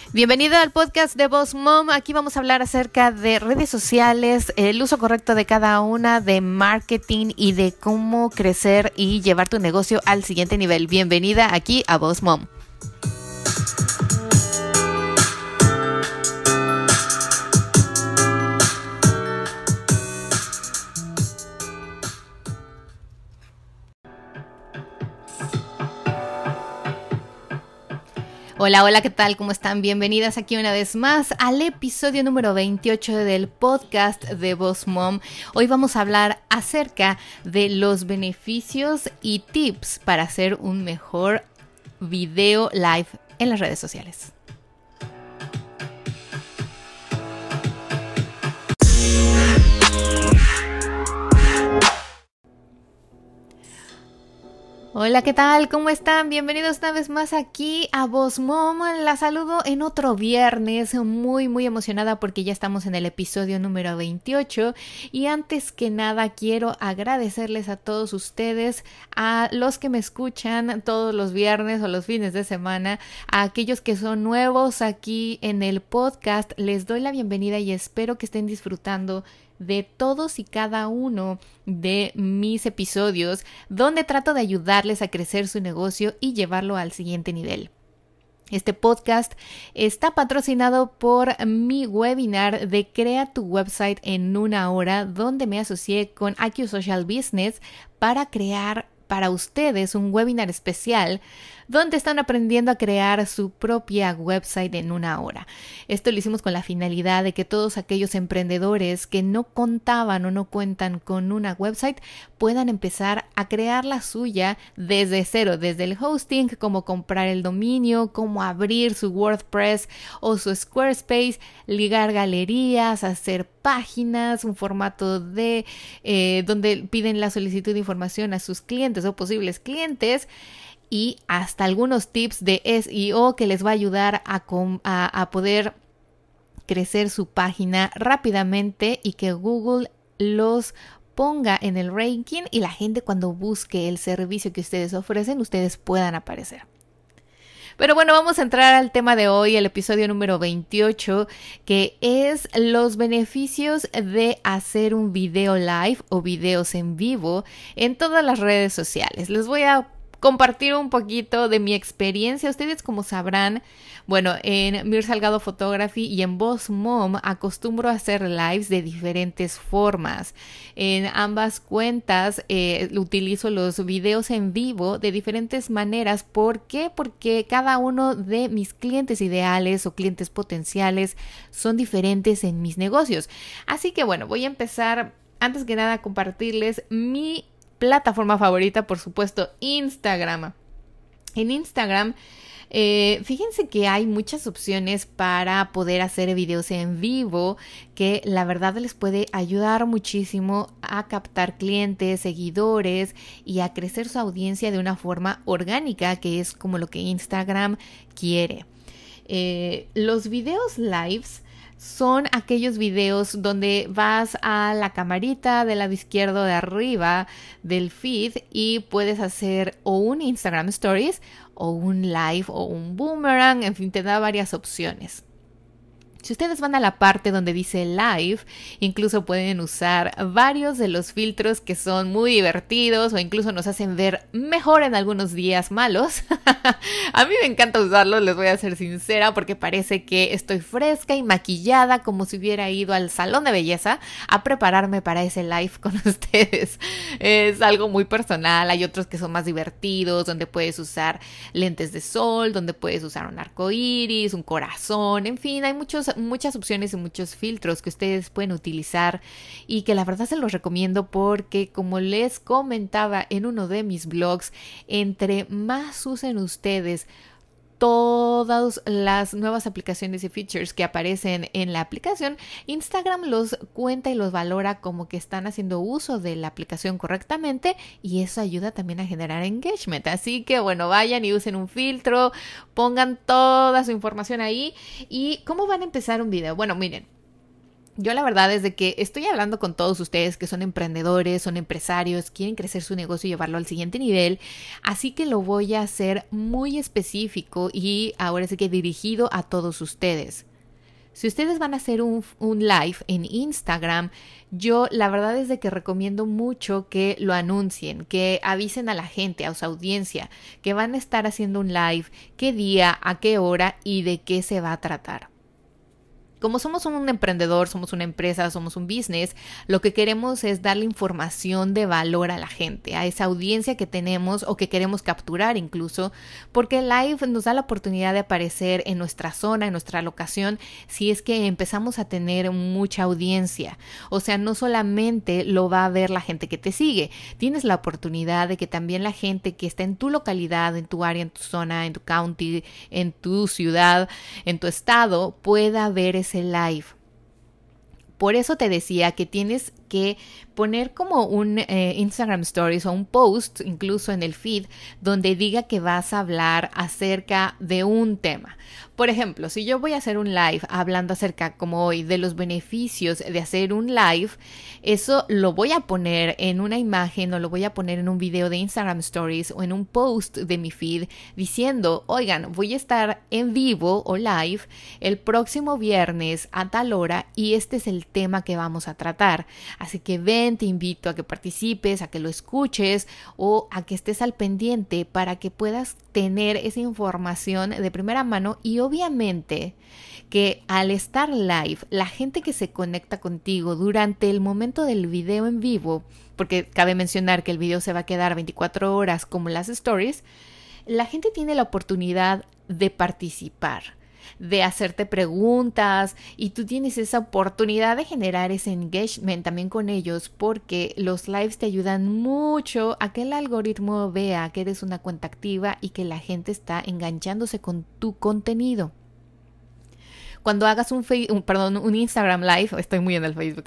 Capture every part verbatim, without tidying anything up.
Bienvenido al podcast de Boss Mom. Aquí vamos a hablar acerca de redes sociales, el uso correcto de cada una, de marketing y de cómo crecer y llevar tu negocio al siguiente nivel. Bienvenida aquí a Boss Mom. Hola, hola, ¿qué tal? ¿Cómo están? Bienvenidas aquí una vez más al episodio número veintiocho del podcast de Boss Mom. Hoy vamos a hablar acerca de los beneficios y tips para hacer un mejor video live en las redes sociales. Hola, ¿qué tal? ¿Cómo están? Bienvenidos una vez más aquí a Boss Mom. La saludo en otro viernes, muy muy emocionada porque ya estamos en el episodio número veintiocho y antes que nada quiero agradecerles a todos ustedes, a los que me escuchan todos los viernes o los fines de semana, a aquellos que son nuevos aquí en el podcast, les doy la bienvenida y espero que estén disfrutando de todos y cada uno de mis episodios donde trato de ayudarles a crecer su negocio y llevarlo al siguiente nivel. Este podcast está patrocinado por mi webinar de Crea tu website en una hora, donde me asocié con I Q Social Business para crear para ustedes un webinar especial donde están aprendiendo a crear su propia website en una hora. Esto lo hicimos con la finalidad de que todos aquellos emprendedores que no contaban o no cuentan con una website puedan empezar a crear la suya desde cero, desde el hosting, cómo comprar el dominio, cómo abrir su WordPress o su Squarespace, ligar galerías, hacer páginas, un formato de eh, donde piden la solicitud de información a sus clientes o posibles clientes, y hasta algunos tips de S E O que les va a ayudar a, a, a poder crecer su página rápidamente y que Google los ponga en el ranking y la gente cuando busque el servicio que ustedes ofrecen, ustedes puedan aparecer. Pero bueno, vamos a entrar al tema de hoy, el episodio número veintiocho, que es los beneficios de hacer un video live o videos en vivo en todas las redes sociales. Les voy a compartir un poquito de mi experiencia. Ustedes, como sabrán, bueno, en Mir Salgado Photography y en Boss Mom acostumbro a hacer lives de diferentes formas. En ambas cuentas eh, utilizo los videos en vivo de diferentes maneras. ¿Por qué? Porque cada uno de mis clientes ideales o clientes potenciales son diferentes en mis negocios. Así que bueno, voy a empezar antes que nada a compartirles mi plataforma favorita, por supuesto, Instagram. En Instagram, eh, fíjense que hay muchas opciones para poder hacer videos en vivo que la verdad les puede ayudar muchísimo a captar clientes, seguidores y a crecer su audiencia de una forma orgánica, que es como lo que Instagram quiere. Eh, los videos lives son aquellos videos donde vas a la camarita del lado izquierdo de arriba del feed y puedes hacer o un Instagram Stories o un live o un boomerang, en fin, te da varias opciones. Si ustedes van a la parte donde dice live, incluso pueden usar varios de los filtros que son muy divertidos o incluso nos hacen ver mejor en algunos días malos. A mí me encanta usarlos, les voy a ser sincera, porque parece que estoy fresca y maquillada como si hubiera ido al salón de belleza a prepararme para ese live con ustedes. Es algo muy personal. Hay otros que son más divertidos, donde puedes usar lentes de sol, donde puedes usar un arco iris, un corazón, en fin, hay muchos muchas opciones y muchos filtros que ustedes pueden utilizar y que la verdad se los recomiendo porque, como les comentaba en uno de mis blogs, entre más usen ustedes todas las nuevas aplicaciones y features que aparecen en la aplicación, Instagram los cuenta y los valora como que están haciendo uso de la aplicación correctamente, y eso ayuda también a generar engagement. Así que bueno, vayan y usen un filtro, pongan toda su información ahí. ¿Y cómo van a empezar un video? Bueno, miren, Yo la verdad es de que estoy hablando con todos ustedes que son emprendedores, son empresarios, quieren crecer su negocio y llevarlo al siguiente nivel, así que lo voy a hacer muy específico y ahora sí que dirigido a todos ustedes. Si ustedes van a hacer un, un live en Instagram, yo la verdad es de que recomiendo mucho que lo anuncien, que avisen a la gente, a su audiencia, que van a estar haciendo un live, qué día, a qué hora y de qué se va a tratar. Como somos un emprendedor, somos una empresa, somos un business, lo que queremos es darle información de valor a la gente, a esa audiencia que tenemos o que queremos capturar incluso, porque el live nos da la oportunidad de aparecer en nuestra zona, en nuestra locación, si es que empezamos a tener mucha audiencia. O sea, no solamente lo va a ver la gente que te sigue, tienes la oportunidad de que también la gente que está en tu localidad, en tu área, en tu zona, en tu county, en tu ciudad, en tu estado, pueda ver ese live. Por eso te decía que tienes que poner como un eh, Instagram Stories o un post incluso en el feed donde diga que vas a hablar acerca de un tema. Por ejemplo, si yo voy a hacer un live hablando acerca como hoy de los beneficios de hacer un live, eso lo voy a poner en una imagen o lo voy a poner en un video de Instagram Stories o en un post de mi feed diciendo, oigan, voy a estar en vivo o live el próximo viernes a tal hora y este es el tema que vamos a tratar. Así que ven, te invito a que participes, a que lo escuches o a que estés al pendiente para que puedas tener esa información de primera mano y obviamente que al estar live, la gente que se conecta contigo durante el momento del video en vivo, porque cabe mencionar que el video se va a quedar veinticuatro horas como las stories, la gente tiene la oportunidad de participar, de hacerte preguntas y tú tienes esa oportunidad de generar ese engagement también con ellos porque los lives te ayudan mucho a que el algoritmo vea que eres una cuenta activa y que la gente está enganchándose con tu contenido. Cuando hagas un, face, un, perdón, un Instagram Live, estoy muy en el Facebook,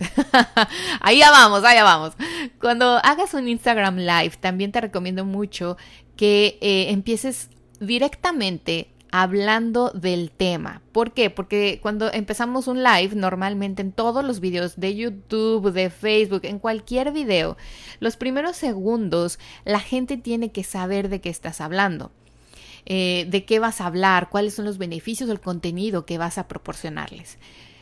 ahí ya vamos, ahí ya vamos. Cuando hagas un Instagram Live, también te recomiendo mucho que eh, empieces directamente hablando del tema. ¿Por qué? Porque cuando empezamos un live, normalmente en todos los videos de YouTube, de Facebook, en cualquier video, los primeros segundos la gente tiene que saber de qué estás hablando. Eh, de qué vas a hablar, cuáles son los beneficios del contenido que vas a proporcionarles.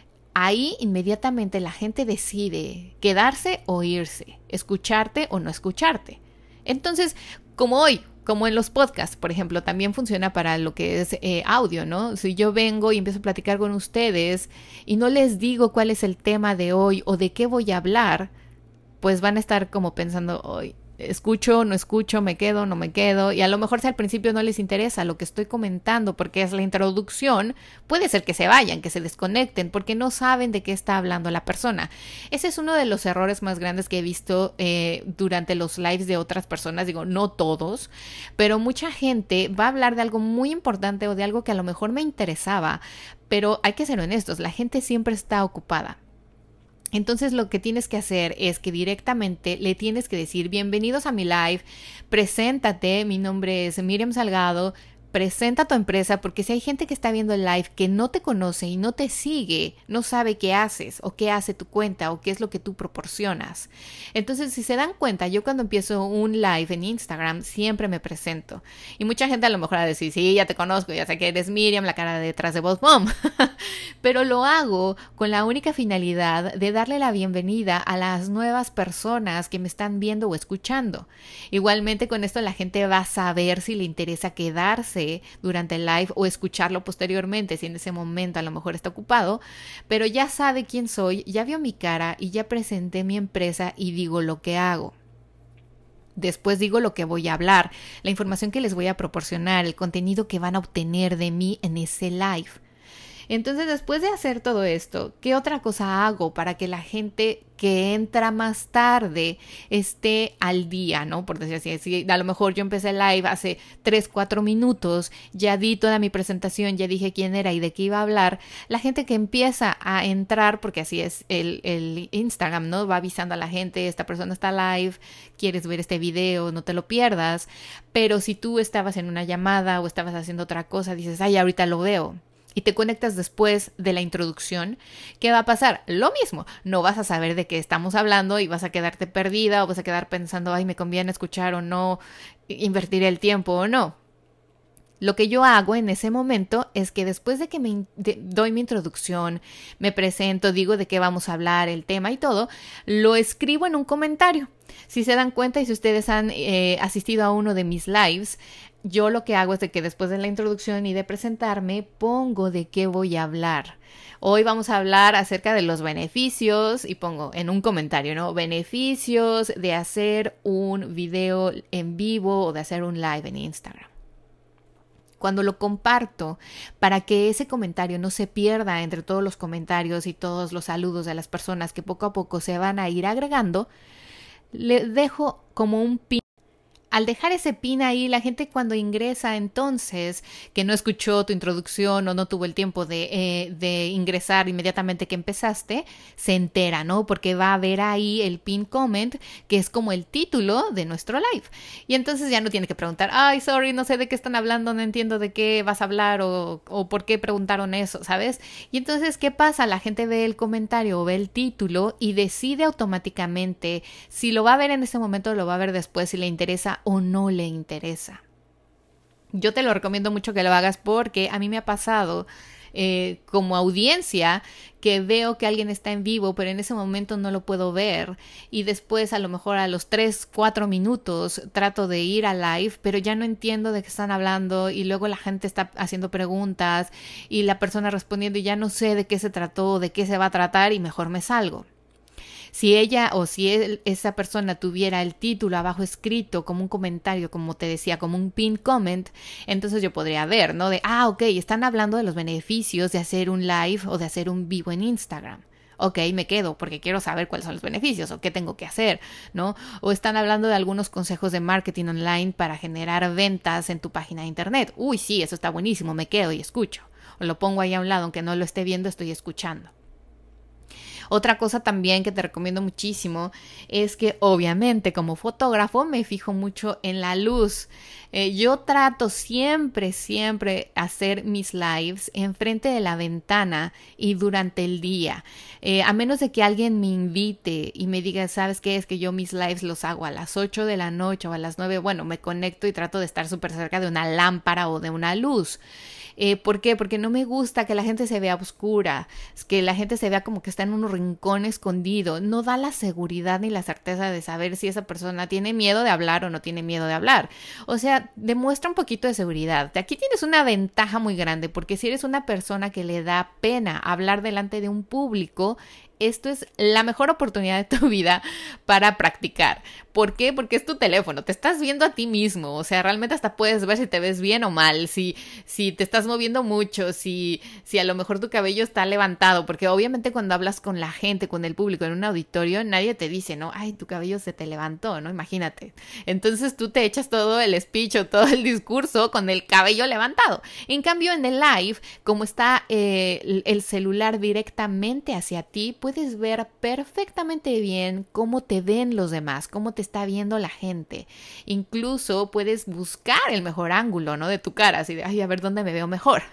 Ahí inmediatamente la gente decide quedarse o irse, escucharte o no escucharte. Entonces, como hoy, como en los podcasts, por ejemplo, también funciona para lo que es eh, audio, ¿no? Si yo vengo y empiezo a platicar con ustedes y no les digo cuál es el tema de hoy o de qué voy a hablar, pues van a estar como pensando, hoy escucho, no escucho, me quedo, no me quedo, y a lo mejor si al principio no les interesa lo que estoy comentando porque es la introducción, puede ser que se vayan, que se desconecten, porque no saben de qué está hablando la persona. Ese es uno de los errores más grandes que he visto eh, durante los lives de otras personas, digo, no todos, pero mucha gente va a hablar de algo muy importante o de algo que a lo mejor me interesaba, pero hay que ser honestos, la gente siempre está ocupada. Entonces lo que tienes que hacer es que directamente le tienes que decir bienvenidos a mi live, preséntate, mi nombre es Miriam Salgado, presenta tu empresa porque si hay gente que está viendo el live que no te conoce y no te sigue, no sabe qué haces o qué hace tu cuenta o qué es lo que tú proporcionas. Entonces si se dan cuenta, yo cuando empiezo un live en Instagram siempre me presento y mucha gente a lo mejor va a decir, sí, ya te conozco, ya sé que eres Miriam, la cara de detrás de Boss Mom, pero lo hago con la única finalidad de darle la bienvenida a las nuevas personas que me están viendo o escuchando. Igualmente con esto la gente va a saber si le interesa quedarse durante el live o escucharlo posteriormente si en ese momento a lo mejor está ocupado, pero ya sabe quién soy, ya vio mi cara y ya presenté mi empresa y digo lo que hago. Después digo lo que voy a hablar, la información que les voy a proporcionar, el contenido que van a obtener de mí en ese live. Entonces, después de hacer todo esto, ¿qué otra cosa hago para que la gente que entra más tarde esté al día, ¿no? Por decir así, si a lo mejor yo empecé el live hace tres, cuatro minutos, ya di toda mi presentación, ya dije quién era y de qué iba a hablar, la gente que empieza a entrar, porque así es el, el Instagram, ¿no? Va avisando a la gente, esta persona está live, quieres ver este video, no te lo pierdas, pero si tú estabas en una llamada o estabas haciendo otra cosa, dices, ay, ahorita lo veo. y te conectas después de la introducción, ¿qué va a pasar? Lo mismo, no vas a saber de qué estamos hablando y vas a quedarte perdida o vas a quedar pensando, ay, me conviene escuchar o no, invertir el tiempo o no. Lo que yo hago en ese momento es que después de que me de, doy mi introducción, me presento, digo de qué vamos a hablar, el tema y todo, lo escribo en un comentario. Si se dan cuenta y si ustedes han eh, asistido a uno de mis lives, yo lo que hago es de que después de la introducción y de presentarme, pongo de qué voy a hablar. Hoy vamos a hablar acerca de los beneficios y pongo en un comentario, ¿no? Beneficios de hacer un video en vivo o de hacer un live en Instagram. Cuando lo comparto, para que ese comentario no se pierda entre todos los comentarios y todos los saludos de las personas que poco a poco se van a ir agregando, le dejo como un pin. Al dejar ese pin ahí, la gente cuando ingresa entonces, que no escuchó tu introducción o no tuvo el tiempo de, eh, de ingresar inmediatamente que empezaste, se entera, ¿no? Porque va a ver ahí el pin comment, que es como el título de nuestro live. Y entonces ya no tiene que preguntar, ay, sorry, no sé de qué están hablando, no entiendo de qué vas a hablar o, o por qué preguntaron eso, ¿sabes? Y entonces, ¿qué pasa? La gente ve el comentario o ve el título y decide automáticamente si lo va a ver en ese momento o lo va a ver después, si le interesa o no le interesa. Yo te lo recomiendo mucho que lo hagas porque a mí me ha pasado eh, como audiencia que veo que alguien está en vivo, pero en ese momento no lo puedo ver y después a lo mejor a los tres, cuatro minutos trato de ir a live, pero ya no entiendo de qué están hablando y luego la gente está haciendo preguntas y la persona respondiendo y ya no sé de qué se trató, de qué se va a tratar y mejor me salgo. Si ella o si él, esa persona tuviera el título abajo escrito como un comentario, como te decía, como un pin comment, entonces yo podría ver, ¿no? De, ah, ok, están hablando de los beneficios de hacer un live o de hacer un vivo en Instagram. Ok, me quedo porque quiero saber cuáles son los beneficios o qué tengo que hacer, ¿no? O están hablando de algunos consejos de marketing online para generar ventas en tu página de internet. Uy, sí, eso está buenísimo, me quedo y escucho. O lo pongo ahí a un lado, aunque no lo esté viendo, estoy escuchando. Otra cosa también que te recomiendo muchísimo es que obviamente como fotógrafo me fijo mucho en la luz. Eh, yo trato siempre, siempre hacer mis lives enfrente de la ventana y durante el día. Eh, a menos de que alguien me invite y me diga, ¿sabes qué? Es que yo mis lives los hago a las ocho de la noche o a las nueve. Bueno, me conecto y trato de estar súper cerca de una lámpara o de una luz. Eh, ¿Por qué? Porque no me gusta que la gente se vea oscura, que la gente se vea como que está en un rincón escondido. No da la seguridad ni la certeza de saber si esa persona tiene miedo de hablar o no tiene miedo de hablar. O sea, demuestra un poquito de seguridad. Aquí tienes una ventaja muy grande, porque si eres una persona que le da pena hablar delante de un público, esto es la mejor oportunidad de tu vida para practicar. ¿Por qué? Porque es tu teléfono, te estás viendo a ti mismo, o sea, realmente hasta puedes ver si te ves bien o mal, si, si te estás moviendo mucho, si, si a lo mejor tu cabello está levantado, porque obviamente cuando hablas con la gente, con el público en un auditorio, nadie te dice, ¿no? Ay, tu cabello se te levantó, ¿no? Imagínate. Entonces tú te echas todo el speech o todo el discurso con el cabello levantado. En cambio, en el live, como está eh, el celular directamente hacia ti, pues puedes ver perfectamente bien cómo te ven los demás, cómo te está viendo la gente. Incluso puedes buscar el mejor ángulo, ¿no? De tu cara, así de, ay, a ver dónde me veo mejor.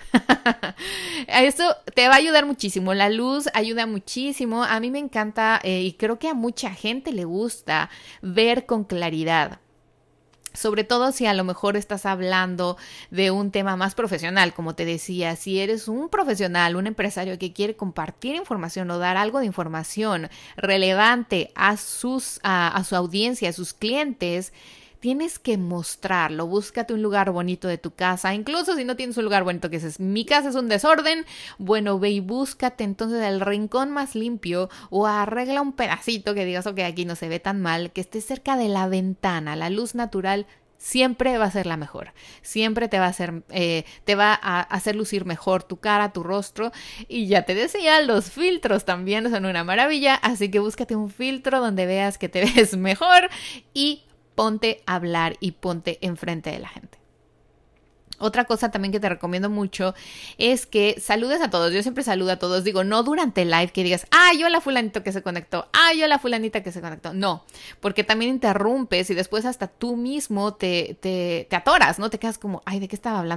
Eso te va a ayudar muchísimo. La luz ayuda muchísimo. A mí me encanta eh, y creo que a mucha gente le gusta ver con claridad. Sobre todo si a lo mejor estás hablando de un tema más profesional, como te decía, si eres un profesional, un empresario que quiere compartir información o dar algo de información relevante a, sus, a, a su audiencia, a sus clientes, tienes que mostrarlo. Búscate un lugar bonito de tu casa, incluso si no tienes un lugar bonito que dices, mi casa es un desorden, bueno, ve y búscate entonces el rincón más limpio o arregla un pedacito que digas, ok, aquí no se ve tan mal, que esté cerca de la ventana. La luz natural siempre va a ser la mejor, siempre te va a hacer, eh, te va a hacer lucir mejor tu cara, tu rostro. Y ya te decía, los filtros también son una maravilla, así que búscate un filtro donde veas que te ves mejor y ponte a hablar y ponte enfrente de la gente. Otra cosa también que te recomiendo mucho es que saludes a todos. Yo siempre saludo a todos. Digo, no durante el live que digas, ah, yo la fulanito que se conectó, ah, yo la fulanita que se conectó. No, porque también interrumpes y después hasta tú mismo te, te, te atoras, ¿no? Te quedas como, ay, ¿de qué estaba hablando?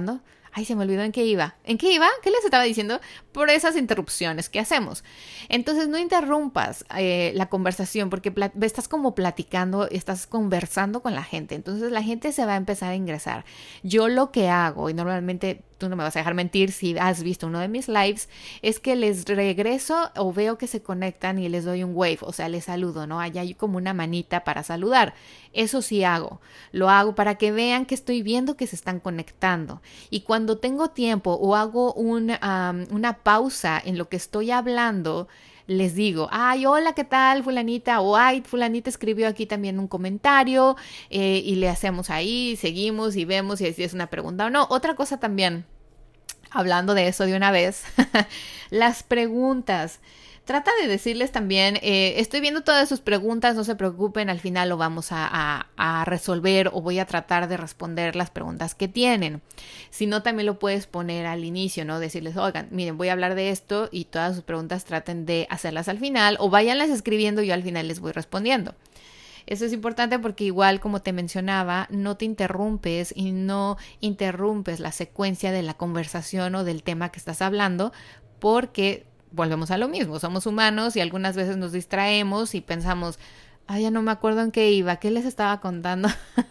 Ay, se me olvidó en qué iba. ¿En qué iba? ¿Qué les estaba diciendo? Por esas interrupciones que hacemos. Entonces, no interrumpas eh, la conversación porque estás como platicando, estás conversando con la gente. Entonces, la gente se va a empezar a ingresar. Yo lo que hago, y normalmente tú no me vas a dejar mentir si has visto uno de mis lives, es que les regreso o veo que se conectan y les doy un wave, o sea, les saludo, ¿no? Allá hay como una manita para saludar. Eso sí hago. Lo hago para que vean que estoy viendo que se están conectando. Y cuando tengo tiempo o hago un, um, una pausa en lo que estoy hablando, les digo, ay, hola, ¿qué tal, fulanita? O ay, fulanita escribió aquí también un comentario eh, y le hacemos ahí, seguimos y vemos si es una pregunta o no. Otra cosa también, hablando de eso de una vez, las preguntas. Trata de decirles también, eh, estoy viendo todas sus preguntas, no se preocupen, al final lo vamos a, a, a resolver o voy a tratar de responder las preguntas que tienen. Si no, también lo puedes poner al inicio, ¿no? Decirles, oigan, miren, voy a hablar de esto y todas sus preguntas traten de hacerlas al final o váyanlas escribiendo y yo al final les voy respondiendo. Eso es importante porque igual como te mencionaba, no te interrumpes y no interrumpes la secuencia de la conversación o del tema que estás hablando porque volvemos a lo mismo, somos humanos y algunas veces nos distraemos y pensamos, ay, ya no me acuerdo en qué iba, qué les estaba contando.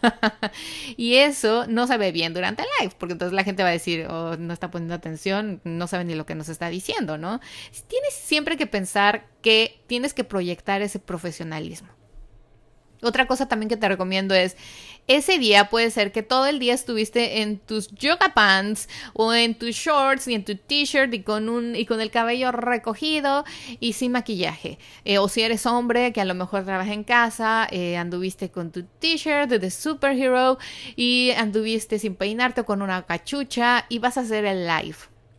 Y eso no se ve bien durante el live, porque entonces la gente va a decir, oh, no está poniendo atención, no sabe ni lo que nos está diciendo, ¿no? Tienes siempre que pensar que tienes que proyectar ese profesionalismo. Otra cosa también que te recomiendo es, ese día puede ser que todo el día estuviste en tus yoga pants o en tus shorts y en tu t-shirt y con un y con el cabello recogido y sin maquillaje. Eh, o si eres hombre que a lo mejor trabaja en casa, eh, anduviste con tu t-shirt de The Superhero y anduviste sin peinarte o con una cachucha y vas a hacer el live.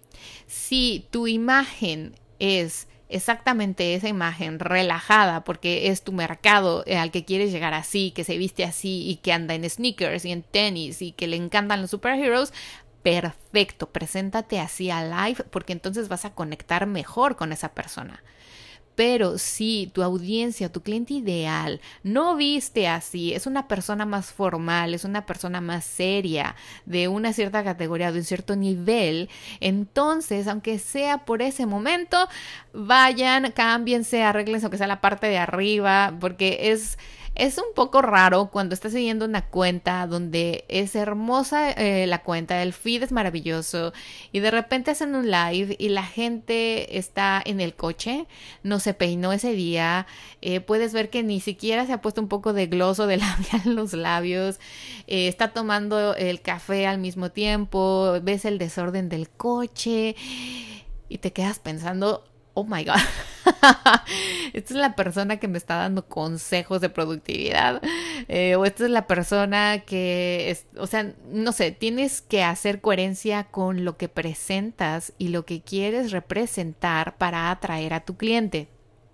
Si tu imagen es exactamente esa imagen relajada porque es tu mercado al que quieres llegar así, que se viste así y que anda en sneakers y en tenis y que le encantan los superheroes, perfecto, preséntate así a live porque entonces vas a conectar mejor con esa persona. Pero si tu audiencia, tu cliente ideal no viste así, es una persona más formal, es una persona más seria, de una cierta categoría, de un cierto nivel, entonces, aunque sea por ese momento, vayan, cámbiense, arréglense, aunque sea la parte de arriba, porque es... Es un poco raro cuando estás siguiendo una cuenta donde es hermosa eh, la cuenta, el feed es maravilloso y de repente hacen un live y la gente está en el coche, no se peinó ese día, eh, puedes ver que ni siquiera se ha puesto un poco de gloss o de labial en los labios, eh, está tomando el café al mismo tiempo, ves el desorden del coche y te quedas pensando, oh my God, esta es la persona que me está dando consejos de productividad, eh, o esta es la persona que, es, o sea, no sé, tienes que hacer coherencia con lo que presentas y lo que quieres representar para atraer a tu cliente.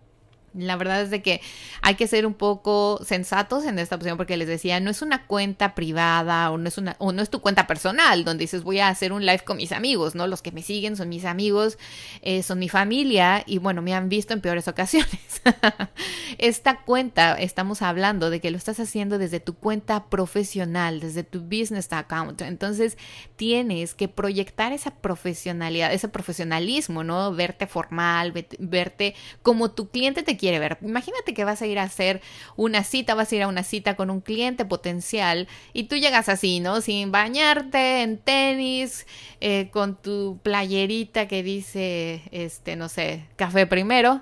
La verdad es de que hay que ser un poco sensatos en esta opción porque les decía, no es una cuenta privada o no es una o no es tu cuenta personal donde dices voy a hacer un live con mis amigos, ¿no? Los que me siguen son mis amigos, eh, son mi familia y bueno, me han visto en peores ocasiones. Esta cuenta, estamos hablando de que lo estás haciendo desde tu cuenta profesional, desde tu business account. Entonces tienes que proyectar esa profesionalidad, ese profesionalismo, ¿no? Verte formal, verte como tu cliente te quiere ver. Imagínate que vas a ir a hacer una cita, vas a ir a una cita con un cliente potencial y tú llegas así, ¿no? Sin bañarte, en tenis, eh, con tu playerita que dice, este, no sé, café primero.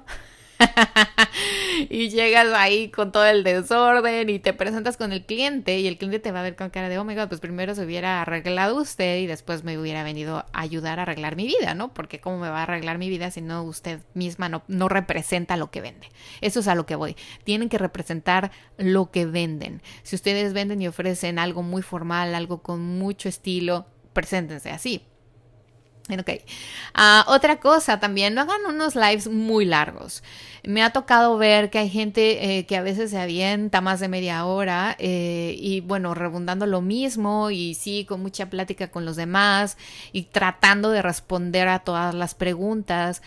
Y llegas ahí con todo el desorden y te presentas con el cliente y el cliente te va a ver con cara de oh my God, pues primero se hubiera arreglado usted y después me hubiera venido a ayudar a arreglar mi vida, ¿no? Porque cómo me va a arreglar mi vida si no usted misma no, no representa lo que vende. Eso es a lo que voy. Tienen que representar lo que venden. Si ustedes venden y ofrecen algo muy formal, algo con mucho estilo, preséntense así. Ok, uh, otra cosa también, no hagan unos lives muy largos. Me ha tocado ver que hay gente eh, que a veces se avienta más de media hora eh, y bueno, redundando lo mismo y sí, con mucha plática con los demás y tratando de responder a todas las preguntas.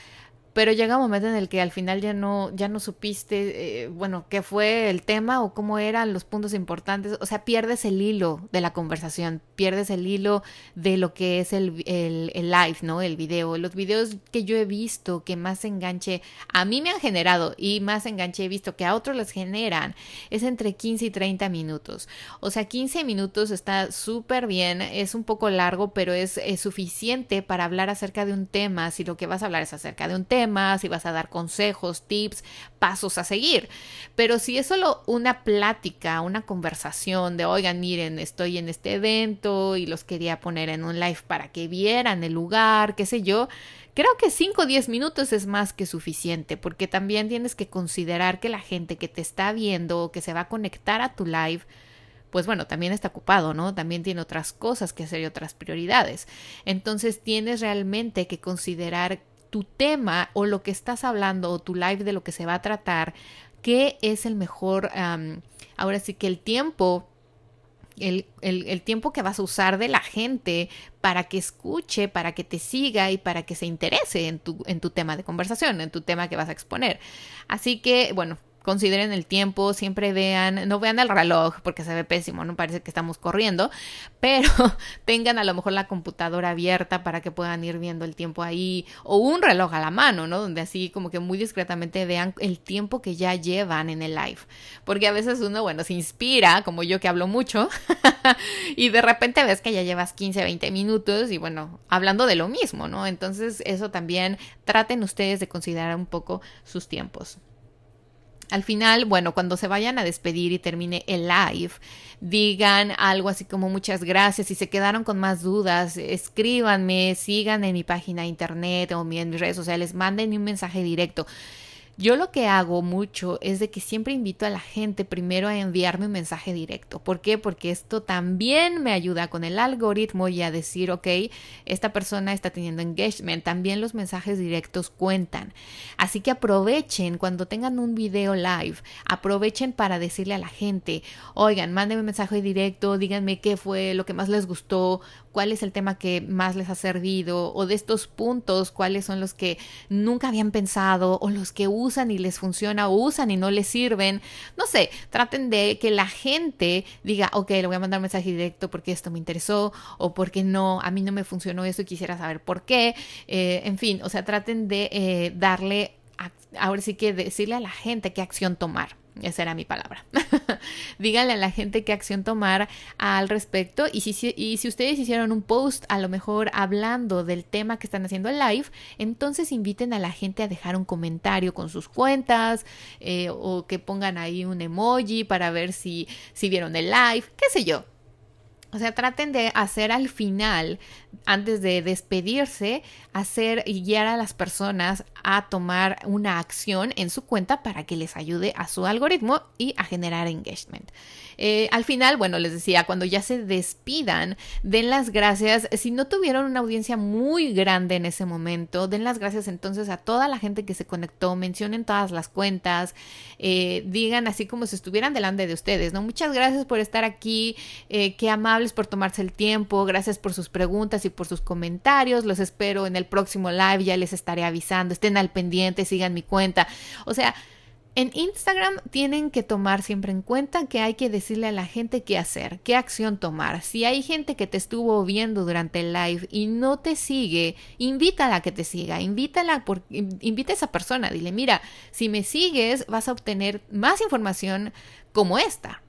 pero llega un momento en el que al final ya no, ya no supiste, eh, bueno, qué fue el tema o cómo eran los puntos importantes. O sea, pierdes el hilo de la conversación, pierdes el hilo de lo que es el, el, el live, ¿no? El video. Los videos que yo he visto que más enganche a mí me han generado y más enganche he visto que a otros les generan es entre quince y treinta minutos. O sea, quince minutos está súper bien, es un poco largo, pero es, es suficiente para hablar acerca de un tema, si lo que vas a hablar es acerca de un tema, si vas a dar consejos, tips, pasos a seguir. Pero si es solo una plática, una conversación de, oigan, miren, estoy en este evento y los quería poner en un live para que vieran el lugar, qué sé yo, creo que cinco o diez minutos es más que suficiente, porque también tienes que considerar que la gente que te está viendo o que se va a conectar a tu live, pues bueno, también está ocupado, ¿no? También tiene otras cosas que hacer y otras prioridades. Entonces tienes realmente que considerar tu tema o lo que estás hablando o tu live de lo que se va a tratar, qué es el mejor, um, ahora sí que el tiempo, el, el, el tiempo que vas a usar de la gente para que escuche, para que te siga y para que se interese en tu, en tu tema de conversación, en tu tema que vas a exponer. Así que, bueno, consideren el tiempo, siempre vean, no vean el reloj porque se ve pésimo, no parece que estamos corriendo, pero tengan a lo mejor la computadora abierta para que puedan ir viendo el tiempo ahí, o un reloj a la mano, ¿no? Donde así como que muy discretamente vean el tiempo que ya llevan en el live, porque a veces uno, bueno, se inspira, como yo que hablo mucho, y de repente ves que ya llevas quince, veinte minutos y bueno, hablando de lo mismo, ¿no? Entonces eso también traten ustedes de considerar un poco sus tiempos. Al final, bueno, cuando se vayan a despedir y termine el live, digan algo así como muchas gracias. Si se quedaron con más dudas, escríbanme, sigan en mi página de internet o en mis redes sociales, manden un mensaje directo. Yo lo que hago mucho es de que siempre invito a la gente primero a enviarme un mensaje directo. ¿Por qué? Porque esto también me ayuda con el algoritmo y a decir, ok, esta persona está teniendo engagement. También los mensajes directos cuentan. Así que aprovechen cuando tengan un video live, aprovechen para decirle a la gente, oigan, mándenme un mensaje directo, díganme qué fue lo que más les gustó, cuál es el tema que más les ha servido, o de estos puntos, cuáles son los que nunca habían pensado, o los que usan y les funciona, o usan y no les sirven. No sé, traten de que la gente diga, ok, le voy a mandar un mensaje directo porque esto me interesó, o porque no, a mí no me funcionó esto y quisiera saber por qué. Eh, en fin, o sea, traten de eh, darle, a, ahora sí que decirle a la gente qué acción tomar. Esa era mi palabra. Díganle a la gente qué acción tomar al respecto. Y si, y si ustedes hicieron un post, a lo mejor hablando del tema que están haciendo el live, entonces inviten a la gente a dejar un comentario con sus cuentas, eh, o que pongan ahí un emoji para ver si, si vieron el live, qué sé yo. O sea, traten de hacer al final, antes de despedirse, hacer y guiar a las personas a tomar una acción en su cuenta para que les ayude a su algoritmo y a generar engagement. Eh, al final, bueno, les decía, cuando ya se despidan, den las gracias. Si no tuvieron una audiencia muy grande en ese momento, den las gracias entonces a toda la gente que se conectó, mencionen todas las cuentas, eh, digan así como si estuvieran delante de ustedes, ¿no? Muchas gracias por estar aquí, eh, qué amable por tomarse el tiempo, gracias por sus preguntas y por sus comentarios, los espero en el próximo live, ya les estaré avisando, estén al pendiente, sigan mi cuenta. O sea, en Instagram tienen que tomar siempre en cuenta que hay que decirle a la gente qué hacer, qué acción tomar. Si hay gente que te estuvo viendo durante el live y no te sigue, invítala a que te siga, invítala por, invita a esa persona, dile, mira, si me sigues vas a obtener más información como esta.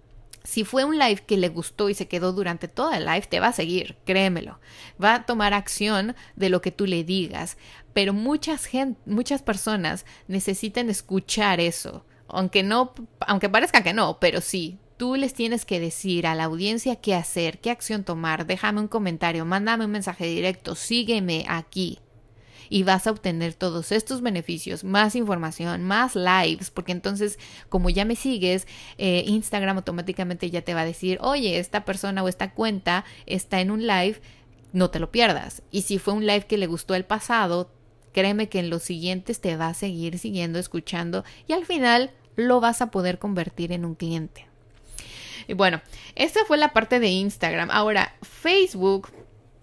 Si fue un live que le gustó y se quedó durante todo el live, te va a seguir, créemelo. Va a tomar acción de lo que tú le digas. Pero muchas, gente, muchas personas necesitan escuchar eso. Aunque no, aunque parezca que no, pero sí. Tú les tienes que decir a la audiencia qué hacer, qué acción tomar. Déjame un comentario, mándame un mensaje directo, sígueme aquí. Y vas a obtener todos estos beneficios, más información, más lives, porque entonces como ya me sigues, eh, Instagram automáticamente ya te va a decir, oye, esta persona o esta cuenta está en un live, no te lo pierdas. Y si fue un live que le gustó el pasado, créeme que en los siguientes te va a seguir siguiendo, escuchando y al final lo vas a poder convertir en un cliente. Y bueno, esta fue la parte de Instagram. Ahora, Facebook...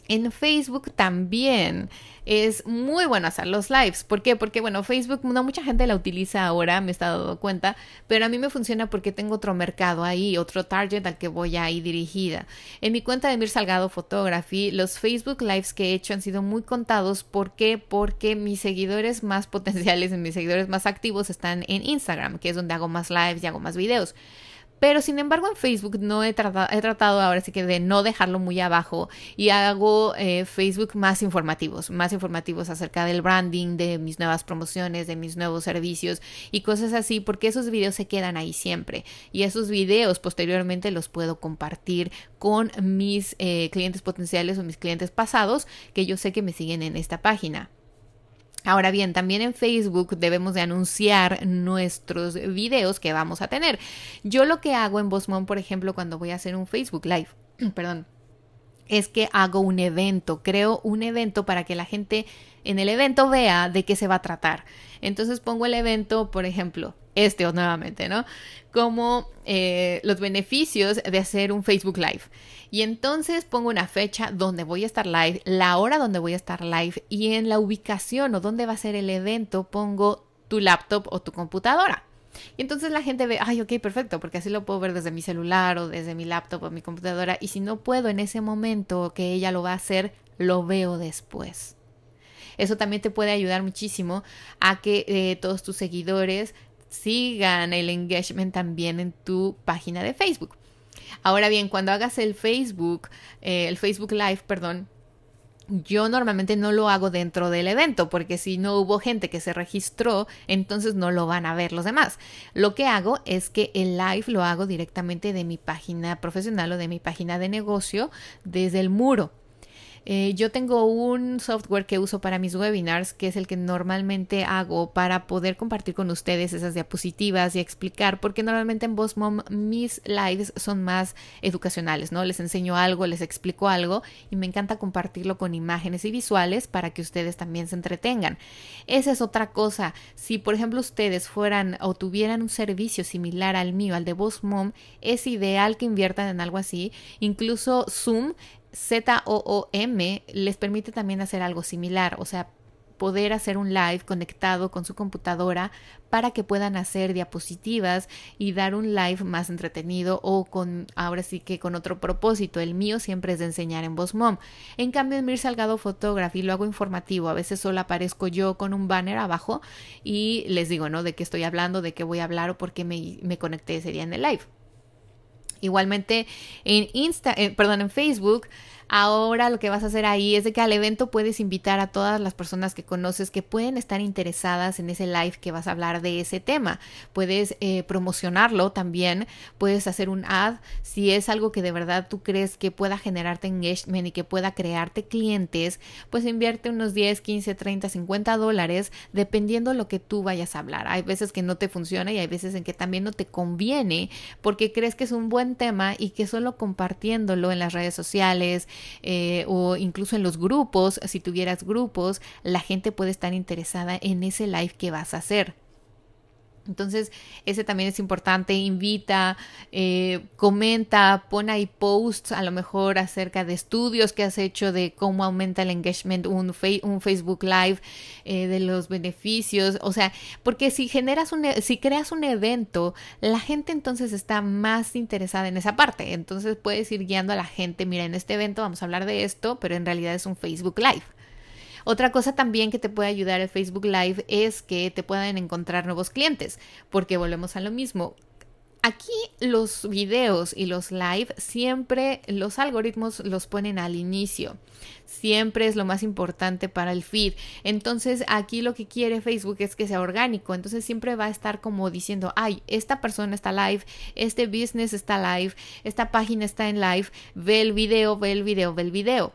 En Facebook también es muy bueno hacer los lives. ¿Por qué? Porque, bueno, Facebook no mucha gente la utiliza ahora, me he dado cuenta, pero a mí me funciona porque tengo otro mercado ahí, otro target al que voy ahí dirigida. En mi cuenta de Mir Salgado Photography, los Facebook lives que he hecho han sido muy contados. ¿Por qué? Porque mis seguidores más potenciales, mis seguidores más activos están en Instagram, que es donde hago más lives y hago más videos. Pero sin embargo en Facebook no he tratado, he tratado ahora sí que de no dejarlo muy abajo y hago eh, Facebook más informativos, más informativos acerca del branding, de mis nuevas promociones, de mis nuevos servicios y cosas así, porque esos videos se quedan ahí siempre y esos videos posteriormente los puedo compartir con mis eh, clientes potenciales o mis clientes pasados que yo sé que me siguen en esta página. Ahora bien, también en Facebook debemos de anunciar nuestros videos que vamos a tener. Yo lo que hago en Boss Mom, por ejemplo, cuando voy a hacer un Facebook Live, perdón, es que hago un evento, creo un evento para que la gente en el evento vea de qué se va a tratar. Entonces pongo el evento, por ejemplo, este o nuevamente, ¿no? Como eh, los beneficios de hacer un Facebook Live. Y entonces pongo una fecha donde voy a estar live, la hora donde voy a estar live y en la ubicación o donde va a ser el evento pongo tu laptop o tu computadora. Y entonces la gente ve, ay, ok, perfecto, porque así lo puedo ver desde mi celular o desde mi laptop o mi computadora. Y si no puedo en ese momento que ella lo va a hacer, lo veo después. Eso también te puede ayudar muchísimo a que eh, todos tus seguidores sigan el engagement también en tu página de Facebook. Ahora bien, cuando hagas el Facebook, eh, el Facebook Live, perdón, yo normalmente no lo hago dentro del evento porque si no hubo gente que se registró, entonces no lo van a ver los demás. Lo que hago es que el live lo hago directamente de mi página profesional o de mi página de negocio desde el muro. Eh, yo tengo un software que uso para mis webinars, que es el que normalmente hago para poder compartir con ustedes esas diapositivas y explicar, porque normalmente en Boss Mom mis lives son más educacionales, ¿no? Les enseño algo, les explico algo y me encanta compartirlo con imágenes y visuales para que ustedes también se entretengan. Esa es otra cosa. Si, por ejemplo, ustedes fueran o tuvieran un servicio similar al mío, al de Boss Mom, es ideal que inviertan en algo así. Incluso Zoom, Z O O M, les permite también hacer algo similar, o sea, poder hacer un live conectado con su computadora para que puedan hacer diapositivas y dar un live más entretenido o con, ahora sí que con otro propósito. El mío siempre es de enseñar en Boss Mom. En cambio en Mir Salgado Photography lo hago informativo, a veces solo aparezco yo con un banner abajo y les digo, ¿no? De qué estoy hablando, de qué voy a hablar o por qué me, me conecté ese día en el live. Igualmente en Insta, eh, perdón, en Facebook, ahora lo que vas a hacer ahí es de que al evento puedes invitar a todas las personas que conoces que pueden estar interesadas en ese live que vas a hablar de ese tema. Puedes eh, promocionarlo también, puedes hacer un ad si es algo que de verdad tú crees que pueda generarte engagement y que pueda crearte clientes, pues invierte unos diez, quince, treinta, cincuenta dólares dependiendo lo que tú vayas a hablar. Hay veces que no te funciona y hay veces en que también no te conviene porque crees que es un buen tema y que solo compartiéndolo en las redes sociales eh, o incluso en los grupos, si tuvieras grupos, la gente puede estar interesada en ese live que vas a hacer. Entonces, ese también es importante, invita, eh, comenta, pon ahí posts a lo mejor acerca de estudios que has hecho de cómo aumenta el engagement, un, fe- un Facebook Live, eh, de los beneficios, o sea, porque si generas un, si creas un evento, la gente entonces está más interesada en esa parte, entonces puedes ir guiando a la gente, mira, en este evento vamos a hablar de esto, pero en realidad es un Facebook Live. Otra cosa también que te puede ayudar el Facebook Live es que te puedan encontrar nuevos clientes, porque volvemos a lo mismo. Aquí los videos y los live siempre los algoritmos los ponen al inicio. Siempre es lo más importante para el feed. Entonces aquí lo que quiere Facebook es que sea orgánico. Entonces siempre va a estar como diciendo, ay, esta persona está live, este business está live, esta página está en live, ve el video, ve el video, ve el video.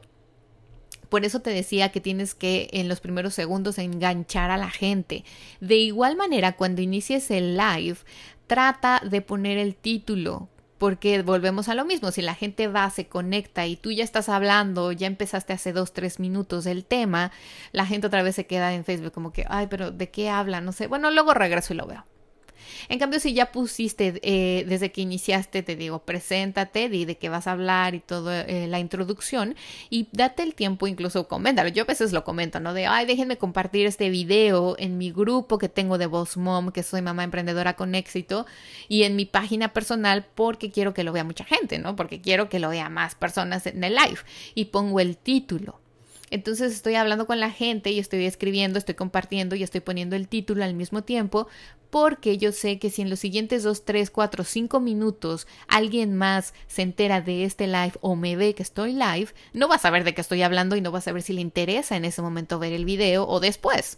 Por eso te decía que tienes que en los primeros segundos enganchar a la gente. De igual manera, cuando inicies el live, trata de poner el título, porque volvemos a lo mismo. Si la gente va, se conecta y tú ya estás hablando, ya empezaste hace dos, tres minutos el tema, la gente otra vez se queda en Facebook como que, ay, pero ¿de qué habla? No sé. Bueno, luego regreso y lo veo. En cambio, si ya pusiste eh, desde que iniciaste, te digo, preséntate, di de qué vas a hablar y toda eh, la introducción, y date el tiempo, incluso coméntalo. Yo a veces lo comento, ¿no? De, ay, déjenme compartir este video en mi grupo que tengo de Boss Mom, que soy mamá emprendedora con éxito, y en mi página personal, porque quiero que lo vea mucha gente, ¿no? Porque quiero que lo vea más personas en el live. Y pongo el título. Entonces estoy hablando con la gente y estoy escribiendo, estoy compartiendo y estoy poniendo el título al mismo tiempo, porque yo sé que si en los siguientes dos, tres, cuatro, cinco minutos alguien más se entera de este live o me ve que estoy live, no va a saber de qué estoy hablando y no va a saber si le interesa en ese momento ver el video o después.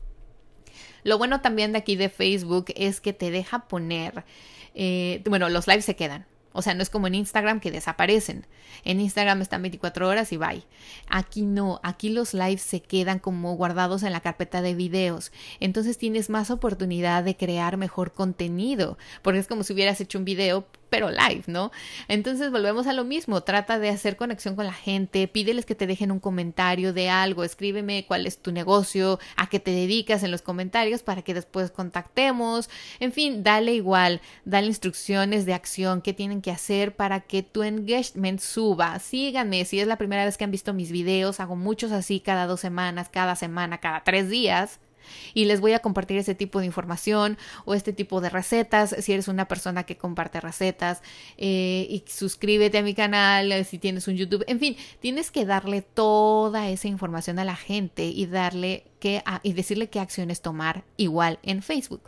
Lo bueno también de aquí de Facebook es que te deja poner, eh, bueno, los lives se quedan. O sea, no es como en Instagram que desaparecen. En Instagram están veinticuatro horas y bye. Aquí no, aquí los lives se quedan como guardados en la carpeta de videos. Entonces tienes más oportunidad de crear mejor contenido, porque es como si hubieras hecho un video, pero live, ¿no? Entonces volvemos a lo mismo, trata de hacer conexión con la gente, pídeles que te dejen un comentario de algo, escríbeme cuál es tu negocio, a qué te dedicas en los comentarios para que después contactemos, en fin, dale igual, dale instrucciones de acción que tienen que hacer para que tu engagement suba. Síganme, si es la primera vez que han visto mis videos, hago muchos así cada dos semanas, cada semana, cada tres días. Y les voy a compartir ese tipo de información o este tipo de recetas si eres una persona que comparte recetas, eh, y suscríbete a mi canal si tienes un YouTube. En fin, tienes que darle toda esa información a la gente y darle que, y decirle qué acciones tomar igual en Facebook.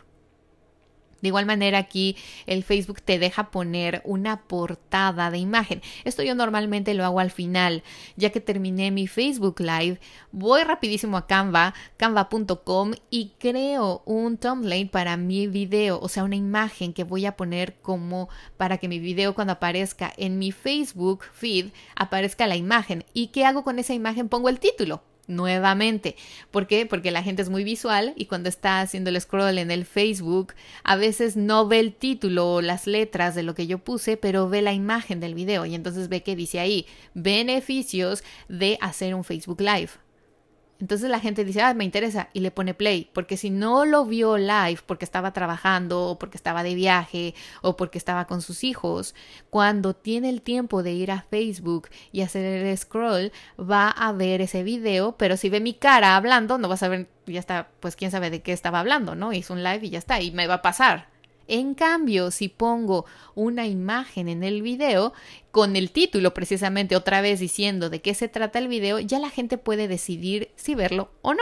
De igual manera aquí el Facebook te deja poner una portada de imagen. Esto yo normalmente lo hago al final. Ya que terminé mi Facebook Live, voy rapidísimo a Canva, canva punto com y creo un thumbnail para mi video. O sea, una imagen que voy a poner como para que mi video cuando aparezca en mi Facebook feed aparezca la imagen. ¿Y qué hago con esa imagen? Pongo el título. Nuevamente, ¿por qué? Porque la gente es muy visual y cuando está haciendo el scroll en el Facebook a veces no ve el título o las letras de lo que yo puse, pero ve la imagen del video y entonces ve que dice ahí beneficios de hacer un Facebook Live. Entonces la gente dice, ah, me interesa, y le pone play, porque si no lo vio live porque estaba trabajando o porque estaba de viaje o porque estaba con sus hijos, cuando tiene el tiempo de ir a Facebook y hacer el scroll, va a ver ese video, pero si ve mi cara hablando, no va a saber, ya está, pues quién sabe de qué estaba hablando, ¿no? Hizo un live y ya está, y me va a pasar. En cambio, si pongo una imagen en el video con el título precisamente otra vez diciendo de qué se trata el video, ya la gente puede decidir si verlo o no.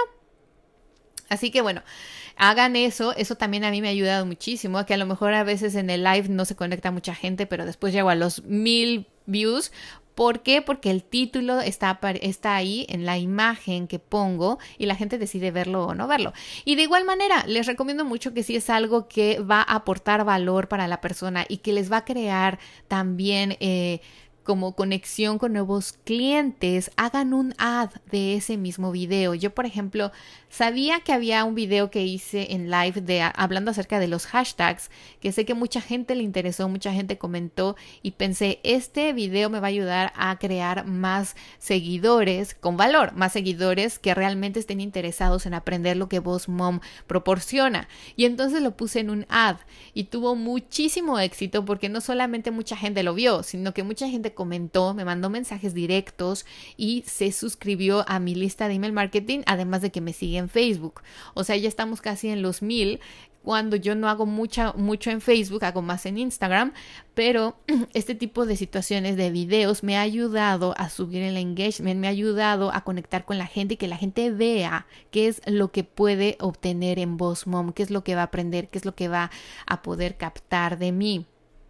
Así que bueno, hagan eso, eso también a mí me ha ayudado muchísimo, que a lo mejor a veces en el live no se conecta mucha gente, pero después llego a los mil views. ¿Por qué? Porque el título está, está ahí en la imagen que pongo y la gente decide verlo o no verlo. Y de igual manera, les recomiendo mucho que si es algo que va a aportar valor para la persona y que les va a crear también eh, como conexión con nuevos clientes, hagan un ad de ese mismo video. Yo, por ejemplo, sabía que había un video que hice en live de hablando acerca de los hashtags, que sé que mucha gente le interesó, mucha gente comentó y pensé, este video me va a ayudar a crear más seguidores con valor, más seguidores que realmente estén interesados en aprender lo que Boss Mom proporciona. Y entonces lo puse en un ad y tuvo muchísimo éxito porque no solamente mucha gente lo vio, sino que mucha gente comentó, me mandó mensajes directos y se suscribió a mi lista de email marketing, además de que me sigue en Facebook. O sea, ya estamos casi en los mil, cuando yo no hago mucha, mucho en Facebook, hago más en Instagram, pero este tipo de situaciones de videos me ha ayudado a subir el engagement, me ha ayudado a conectar con la gente y que la gente vea qué es lo que puede obtener en Boss Mom, qué es lo que va a aprender, qué es lo que va a poder captar de mí.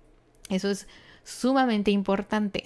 Eso es sumamente importante.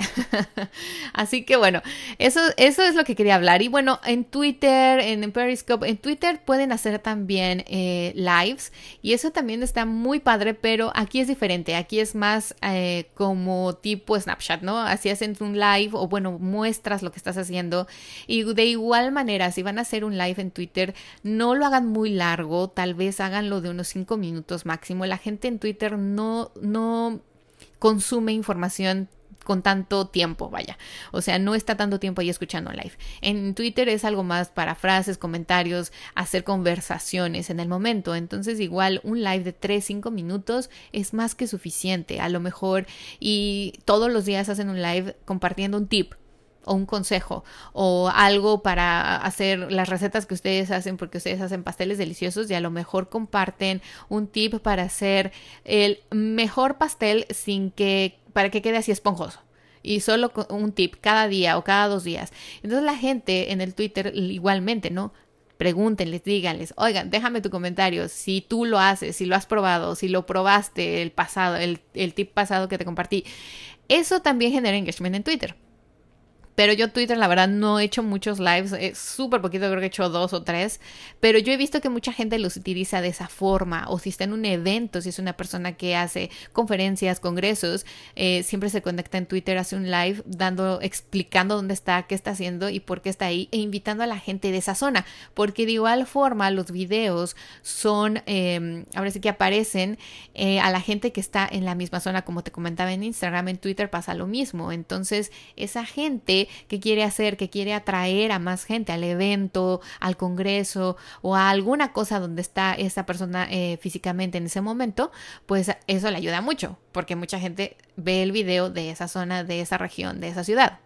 Así que bueno, eso, eso es lo que quería hablar. Y bueno, en Twitter, en Periscope, en Twitter pueden hacer también eh, lives y eso también está muy padre, pero aquí es diferente. Aquí es más eh, como tipo Snapchat, ¿no? Así hacen un live o bueno, muestras lo que estás haciendo y de igual manera, si van a hacer un live en Twitter, no lo hagan muy largo, tal vez háganlo de unos cinco minutos máximo. La gente en Twitter no, no consume información con tanto tiempo, vaya. O sea, no está tanto tiempo ahí escuchando live. En Twitter es algo más para frases, comentarios, hacer conversaciones en el momento. Entonces, igual un live de tres, cinco minutos es más que suficiente. A lo mejor, y todos los días hacen un live compartiendo un tip o un consejo o algo para hacer las recetas que ustedes hacen, porque ustedes hacen pasteles deliciosos y a lo mejor comparten un tip para hacer el mejor pastel sin que para que quede así esponjoso. Y solo un tip cada día o cada dos días. Entonces la gente en el Twitter igualmente, ¿no? Pregúntenles, díganles, oigan, déjame tu comentario, si tú lo haces, si lo has probado, si lo probaste el pasado, el, el tip pasado que te compartí. Eso también genera engagement en Twitter. Pero yo Twitter, la verdad, no he hecho muchos lives, es súper poquito, creo que he hecho dos o tres, pero yo he visto que mucha gente los utiliza de esa forma, o si está en un evento, si es una persona que hace conferencias, congresos, eh, siempre se conecta en Twitter, hace un live dando, explicando dónde está, qué está haciendo y por qué está ahí, e invitando a la gente de esa zona, porque de igual forma los videos son, eh, ahora sí que aparecen eh, a la gente que está en la misma zona, como te comentaba en Instagram, en Twitter pasa lo mismo, entonces esa gente que quiere hacer, que quiere atraer a más gente al evento, al congreso o a alguna cosa donde está esa persona eh, físicamente en ese momento, pues eso le ayuda mucho, porque mucha gente ve el video de esa zona, de esa región, de esa ciudad.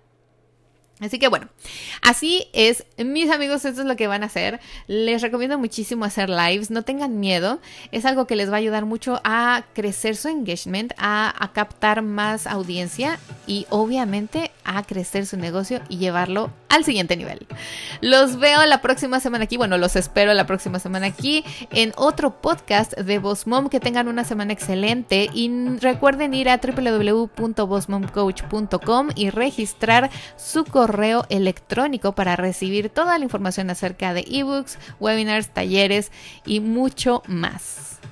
Así que bueno, así es, mis amigos, esto es lo que van a hacer. Les recomiendo muchísimo hacer lives, no tengan miedo, es algo que les va a ayudar mucho a crecer su engagement, a, a captar más audiencia y obviamente a crecer su negocio y llevarlo al siguiente nivel. Los veo la próxima semana aquí, bueno, los espero la próxima semana aquí en otro podcast de Boss Mom. Que tengan una semana excelente y recuerden ir a doble u doble u doble u punto boss mom coach punto com y registrar su correo correo electrónico para recibir toda la información acerca de ebooks, webinars, talleres y mucho más.